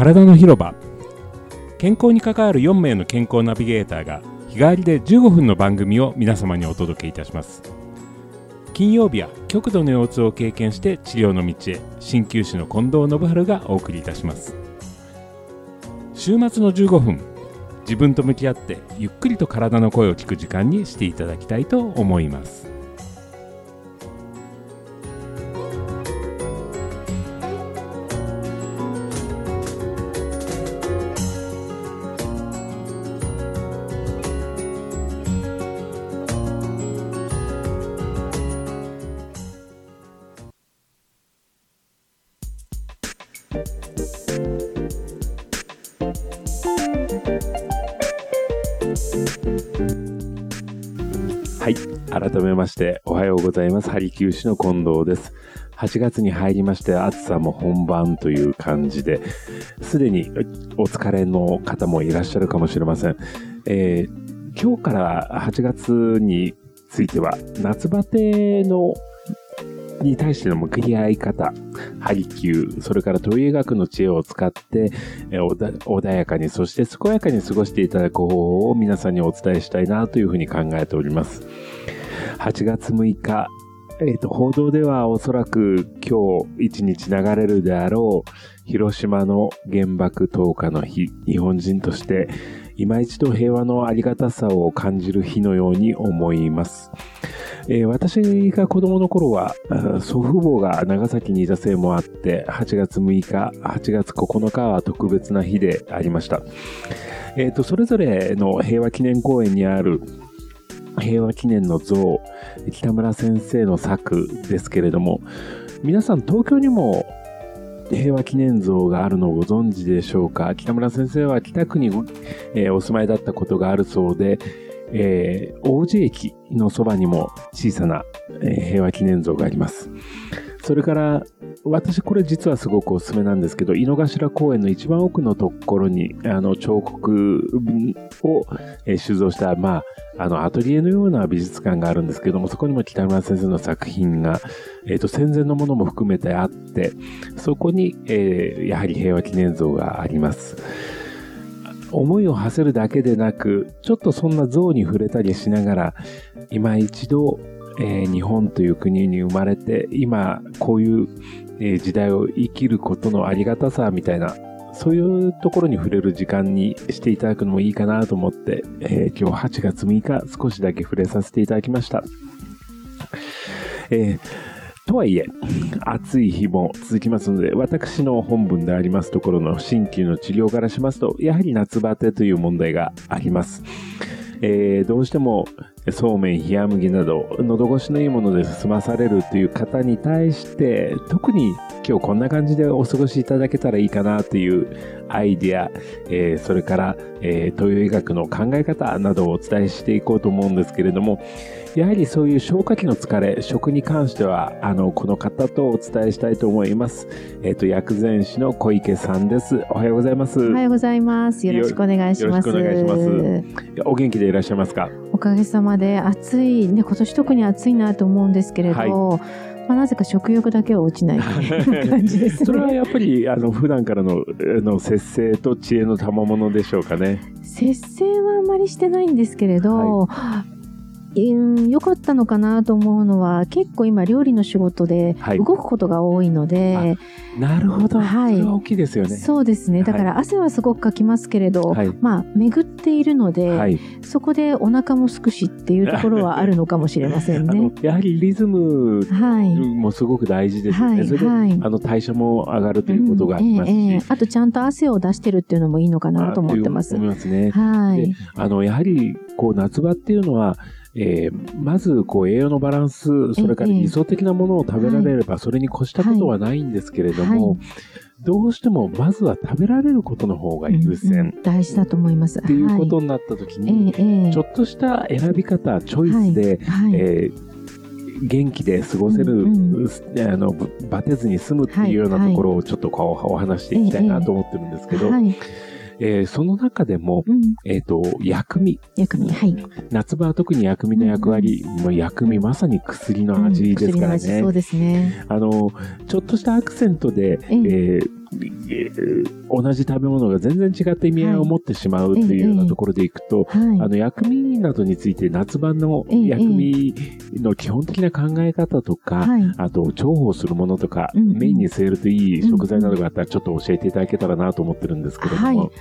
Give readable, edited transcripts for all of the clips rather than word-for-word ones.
体の広場。健康に関わる4名の健康ナビゲーターが日替わりで15分の番組を皆様にお届けいたします。金曜日は極度の腰痛を経験して治療の道へ、鍼灸師の近藤信春がお送りいたします。週末の15分、自分と向き合ってゆっくりと体の声を聞く時間にしていただきたいと思います。はい、改めましておはようございます。鍼灸師の近藤です。8月に入りまして、暑さも本番という感じで、すでにお疲れの方もいらっしゃるかもしれません。今日から8月については夏バテに対しての向き合い方、鍼灸、それから東洋医学の知恵を使って穏やかに、そして健やかに過ごしていただく方法を皆さんにお伝えしたいなというふうに考えております。8月6日、報道ではおそらく今日一日流れるであろう広島の原爆投下の日、日本人として今一度平和のありがたさを感じる日のように思います。私が子供の頃は祖父母が長崎にいたせいもあって8月6日、8月9日は特別な日でありました。それぞれの平和記念公園にある平和記念の像、北村先生の作ですけれども、皆さん東京にも平和記念像があるのをご存知でしょうか。北村先生は北区に、お住まいだったことがあるそうで、王子駅のそばにも小さな、平和記念像があります。それから私これ実はすごくおすすめなんですけど、井の頭公園の一番奥のところに彫刻を、収蔵した、アトリエのような美術館があるんですけども、そこにも北村先生の作品が、戦前のものも含めてあって、そこに、やはり平和記念像があります。思いを馳せるだけでなく、ちょっとそんな像に触れたりしながら、今一度、日本という国に生まれて、今こういう、時代を生きることのありがたさみたいな、そういうところに触れる時間にしていただくのもいいかなと思って、今日8月6日少しだけ触れさせていただきました。とはいえ、暑い日も続きますので、私の本文でありますところの鍼灸の治療からしますと、やはり夏バテという問題があります。どうしてもそうめん、冷麦など喉越しのいいもので済まされるという方に対して、特に今日こんな感じでお過ごしいただけたらいいかなというアイデア、それから、東洋医学の考え方などをお伝えしていこうと思うんですけれども、やはりそういう消化器の疲れ、食に関してはこの方とお伝えしたいと思います。薬膳師の小池さんです。おはようございます。 おはようございます。よろしくお願いします。 よろしくお願いします。お元気でいらっしゃいますか？ おかげさまで暑いね、今年特に暑いなと思うんですけれど、なぜか食欲だけは落ちない感じですね。 それはやっぱり普段からの節制と知恵の賜物でしょうかね。 節制はあまりしてないんですけれど、良かったのかなと思うのは、結構今料理の仕事で動くことが多いので、 なるほど、それは大きいですよね。 そうですね。だから汗はすごくかきますけれど、巡っているので、そこでお腹もすくしっていうところはあるのかもしれませんね。 やはりリズムもすごく大事ですよね。それで代謝も上がるということがありますし、 あとちゃんと汗を出してるっていうのもいいのかなと思ってます。 思いますね。で、やはり夏場っていうのはまず栄養のバランス、それから理想的なものを食べられればそれに越したことはないんですけれども、どうしてもまずは食べられることの方が優先、 大事だと思います。 っていうことになった時に、ちょっとした選び方、チョイスで、元気で過ごせる、バテずに済むっていうようなところをちょっとお話していきたいなと思ってるんですけど、その中でも、薬味。夏場は特に薬味の役割、薬味まさに薬の味ですからね。 薬の味、そうですね。 ちょっとしたアクセントで、 同じ食べ物が全然違った意味合いを持ってしまうというようなところでいくと、薬味などについて夏場の薬味の基本的な考え方とか、あと重宝するものとか、メインに据えるといい食材などがあったらちょっと教えていただけたらなと思ってるんですけれども。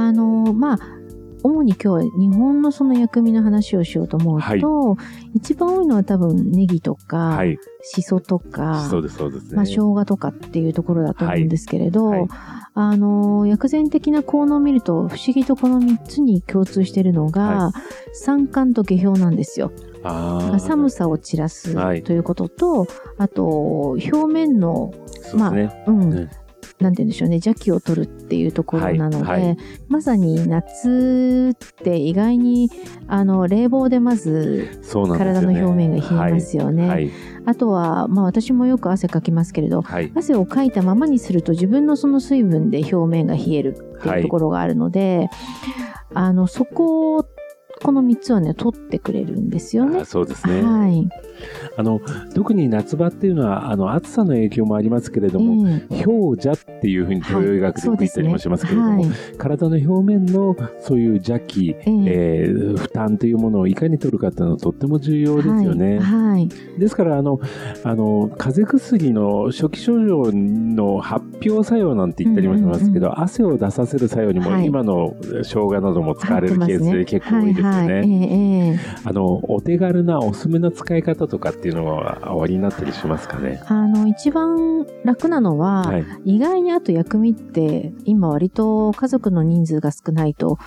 主に今日は日本のその薬味の話をしようと思うと、一番多いのは多分ネギとか、シソとか、 そうですね。 生姜とかっていうところだと思うんですけれど、薬膳的な効能を見ると不思議とこの3つに共通しているのが、酸寒と下氷なんですよ。寒さを散らすということと、あと表面の、なんて言うんでしょうね、邪気を取るっていうところなので、まさに夏って意外に冷房でまず体の表面が冷えますよね。あとは、私もよく汗かきますけれど、汗をかいたままにすると自分のその水分で表面が冷えるっていうところがあるので、そこをこの3つはね、取ってくれるんですよね。 そうですね。特に夏場っていうのは、暑さの影響もありますけれども、氷邪っていうふうに東洋医学で言ったりもしますけれども、体の表面のそういう邪気、負担というものをいかに取るかっていうのはとっても重要ですよね。ですから、風邪薬の初期症状の発表作用なんて言ったりもしますけど、汗を出させる作用にも、今の生姜なども使われるケースで結構多いですよね。お手軽なおすすめの使い方とかっていうのはおありになったりしますかね。 一番楽なのは、意外にあと薬味って今割と家族の人数が少ないと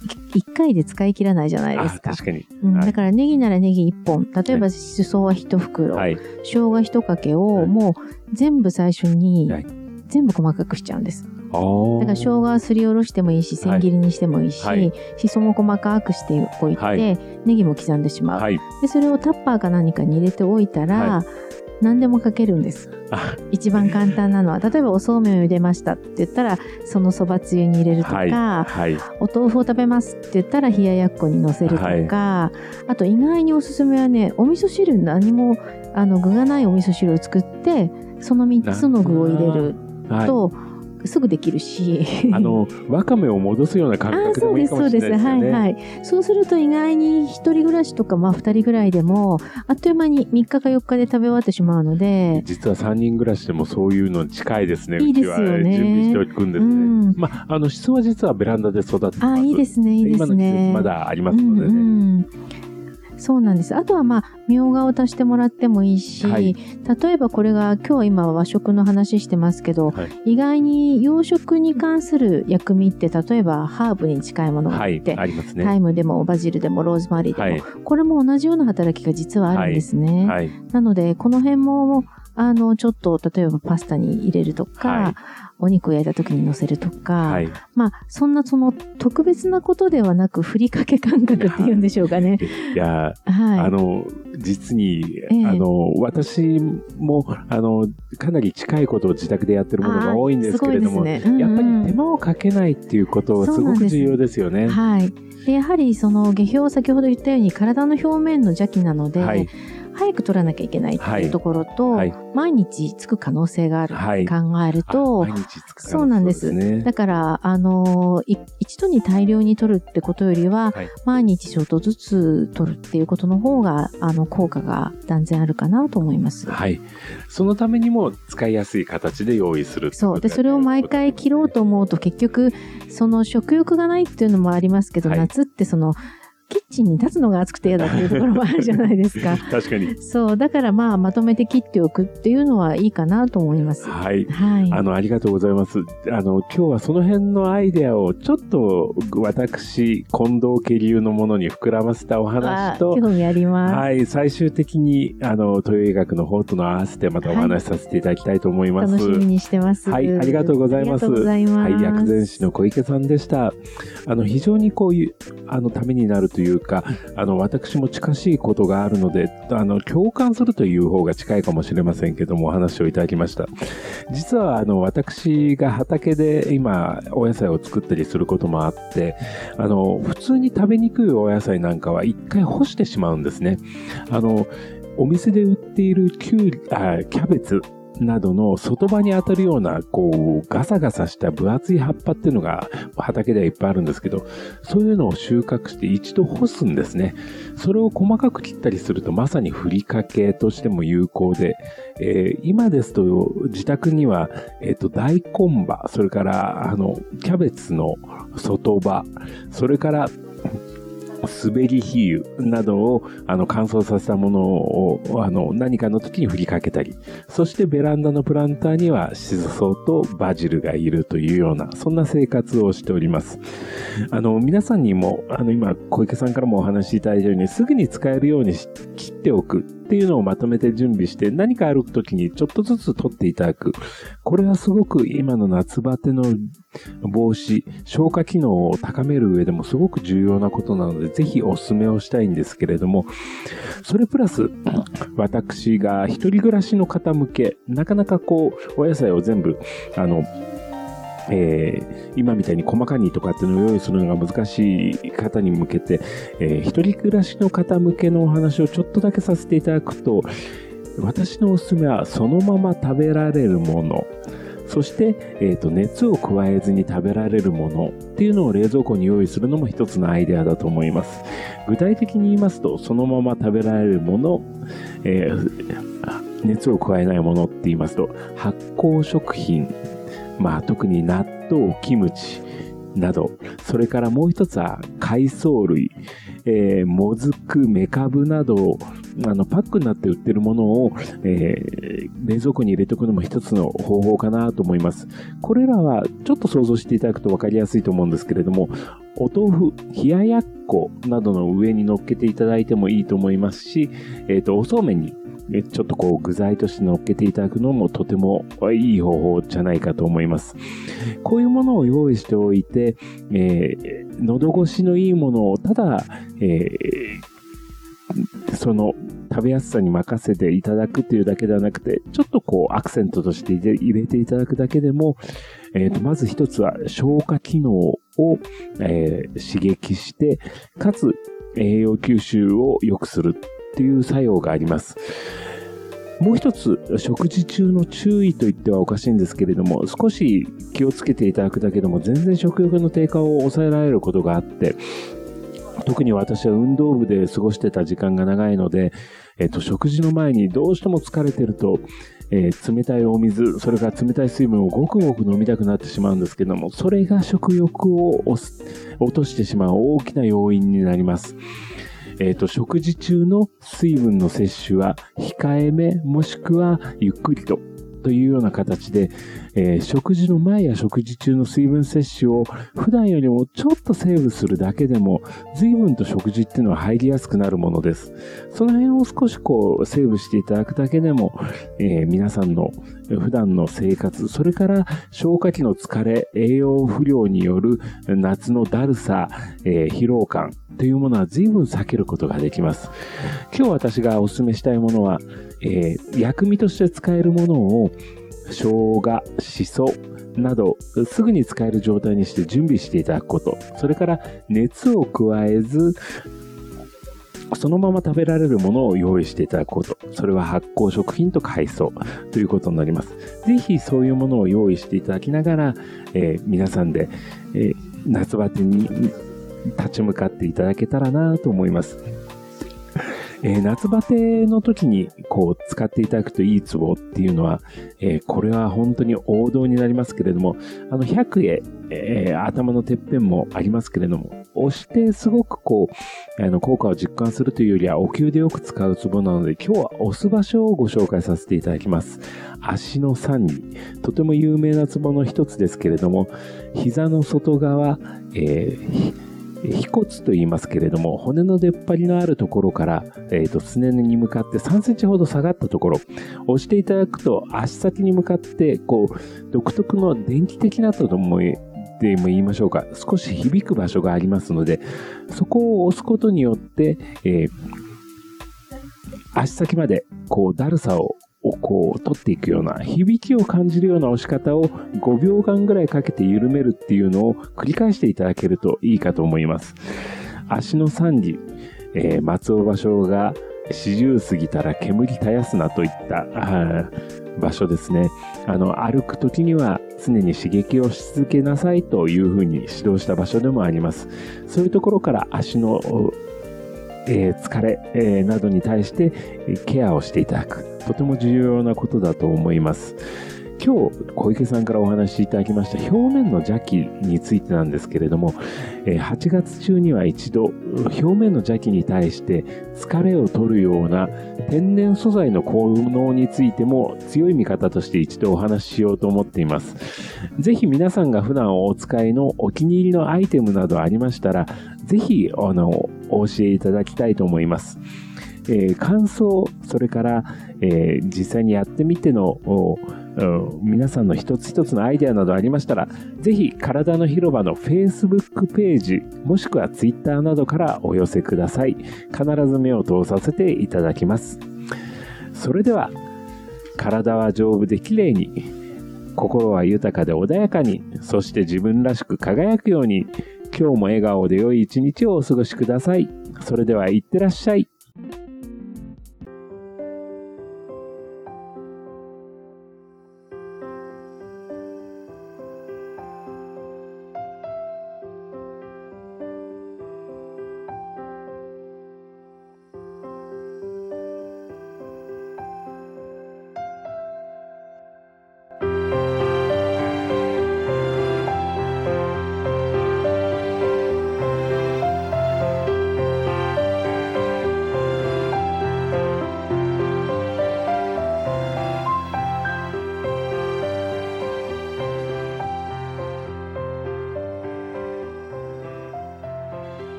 1回で使い切らないじゃないですか。 確かに。 だからネギならネギ1本、例えばシソは1袋、生姜1かけをもう全部最初に全部細かくしちゃうんです。だから生姜はすりおろしてもいいし、千切りにしてもいいし、シソも細かくしておいて、ネギも刻んでしまう。で、それをタッパーか何かに入れておいたら、何でもかけるんです。一番簡単なのは、例えばおそうめんを茹でましたって言ったら、そのそばつゆに入れるとか、お豆腐を食べますって言ったら冷ややっこに乗せるとか、あと意外におすすめはね、お味噌汁、何も具がないお味噌汁を作って、その3つの具を入れると、すぐできるしわかめを戻すような感覚でもいいかもしれないですよね。 そうすると意外に一人暮らしとか2人ぐらいでもあっという間に3日か4日で食べ終わってしまうので、 実は3人暮らしでもそういうの近いですね。 いいですよね。 うちは準備しておくんですね。シソは実はベランダで育ってます。 いいですね、いいですね。 今の季節まだありますのでね。 そうなんです。あとはみょうがを足してもらってもいいし、例えばこれが今日は今和食の話してますけど、意外に洋食に関する薬味って例えばハーブに近いものがあって、 ありますね。 タイムでもバジルでもローズマリーでも、これも同じような働きが実はあるんですね。なのでこの辺もちょっと例えばパスタに入れるとか、お肉を焼いた時に乗せるとか、その特別なことではなくふりかけ感覚っていうんでしょうかね。 いや、実に、私もかなり近いことを自宅でやってるものが多いんですけれども、やっぱり手間をかけないっていうことはすごく重要ですよね。 でやはりその下氷、先ほど言ったように体の表面の邪気なので、早く取らなきゃいけないっていうところと、毎日つく可能性がある考えると、そうなんです。だから一度に大量に取るってことよりは、毎日ちょっとずつ取るっていうことの方が効果が断然あるかなと思います。 そのためにも使いやすい形で用意する。 そうで、それを毎回切ろうと思うと結局その食欲がないっていうのもありますけど、夏ってキッチンに立つのが暑くて嫌だっていうところもあるじゃないですか。 確かに。 そう。だからまとめて切っておくっていうのはいいかなと思います。 ありがとうございます。今日はその辺のアイデアをちょっと私、近藤家流のものに膨らませたお話と、 興味あります。 最終的に、東洋医学の方との合わせてまたお話しさせていただきたいと思います。 楽しみにしてます。 ありがとうございます。 ありがとうございます。 薬膳師の小池さんでした。非常にこういう、ためになるというか、私も近しいことがあるので、共感するという方が近いかもしれませんけども、お話をいただきました。実は、私が畑で今、お野菜を作ったりすることもあって、普通に食べにくいお野菜なんかは一回干してしまうんですね。お店で売っているキャベツなどの外葉に当たるような、ガサガサした分厚い葉っぱっていうのが畑ではいっぱいあるんですけど、そういうのを収穫して一度干すんですね。それを細かく切ったりするとまさにふりかけとしても有効で、今ですと自宅には、大根葉、それからキャベツの外葉、それから滑り比喩などを乾燥させたものを何かの時に振りかけたり、そしてベランダのプランターにはシソとバジルがいるというような、そんな生活をしております。皆さんにも今小池さんからもお話しいただいたように、すぐに使えるように切っておくっていうのをまとめて準備して、何か歩く時にちょっとずつ取っていただく。これはすごく今の夏バテの防止、消化機能を高める上でもすごく重要なことなので、ぜひお勧めをしたいんですけれども、それプラス私が一人暮らしの方向け、なかなかお野菜を全部今みたいに細かにとかっていうのを用意するのが難しい方に向けて、一人暮らしの方向けのお話をちょっとだけさせていただくと、私のおすすめはそのまま食べられるもの、そして、熱を加えずに食べられるものっていうのを冷蔵庫に用意するのも一つのアイデアだと思います。具体的に言いますと、そのまま食べられるもの、熱を加えないものって言いますと、発酵食品、特に納豆、キムチなど、それからもう一つは海藻類、もずく、めかぶなど、パックになって売ってるものを、冷蔵庫に入れておくのも一つの方法かなと思います。これらはちょっと想像していただくと分かりやすいと思うんですけれども、お豆腐、冷ややっこなどの上に乗っけていただいてもいいと思いますし、おそうめんにちょっと具材として乗っけていただくのもとてもいい方法じゃないかと思います。こういうものを用意しておいて、喉越しのいいものをただ、その食べやすさに任せていただくというだけではなくて、ちょっとアクセントとして入れていただくだけでも、まず一つは消化機能を、刺激して、かつ栄養吸収を良くするという作用があります。もう一つ、食事中の注意と言ってはおかしいんですけれども、少し気をつけていただくだけでも全然食欲の低下を抑えられることがあって、特に私は運動部で過ごしてた時間が長いので、食事の前にどうしても疲れてると、冷たいお水、それから冷たい水分をごくごく飲みたくなってしまうんですけども、それが食欲を落としてしまう大きな要因になります。食事中の水分の摂取は控えめもしくはゆっくりというような形で、食事の前や食事中の水分摂取を普段よりもちょっとセーブするだけでも随分と食事っていうのは入りやすくなるものです。その辺を少しセーブしていただくだけでも、皆さんの普段の生活、それから消化器の疲れ、栄養不良による夏のだるさ、疲労感というものは随分避けることができます。今日私がお勧めしたいものは、薬味として使えるものを生姜、しそなどすぐに使える状態にして準備していただくこと、それから熱を加えずそのまま食べられるものを用意していただくこと、それは発酵食品と海藻ということになります。ぜひそういうものを用意していただきながら、皆さんで、夏バテに立ち向かっていただけたらなと思います。夏バテの時に使っていただくといいツボっていうのは、これは本当に王道になりますけれども、百会、頭のてっぺんもありますけれども、押してすごく効果を実感するというよりはお灸でよく使うツボなので、今日は押す場所をご紹介させていただきます。足の三里、とても有名なツボの一つですけれども、膝の外側、腓骨と言いますけれども、骨の出っ張りのあるところから、すねに向かって3センチほど下がったところ、押していただくと足先に向かって、独特の電気的なとも言いましょうか、少し響く場所がありますので、そこを押すことによって、足先までだるさを取っていくような、響きを感じるような押し方を5秒間ぐらいかけて緩めるっていうのを繰り返していただけるといいかと思います。足の三里、松尾芭蕉が40過ぎたら煙絶やすなといった場所ですね。歩くときには常に刺激をし続けなさいというふうに指導した場所でもあります。そういうところから足の疲れ、などに対してケアをしていただく。とても重要なことだと思います。今日小池さんからお話しいただきました表面の邪気についてなんですけれども、8月中には一度表面の邪気に対して疲れを取るような天然素材の効能についても強い見方として一度お話ししようと思っています。ぜひ皆さんが普段お使いのお気に入りのアイテムなどありましたら、ぜひお教えいただきたいと思います。感想、それから、実際にやってみての皆さんの一つ一つのアイデアなどありましたら、ぜひ体の広場の Facebook ページもしくは Twitter などからお寄せください。必ず目を通させていただきます。それでは、体は丈夫で綺麗に、心は豊かで穏やかに、そして自分らしく輝くように、今日も笑顔で良い一日をお過ごしください。それではいってらっしゃい。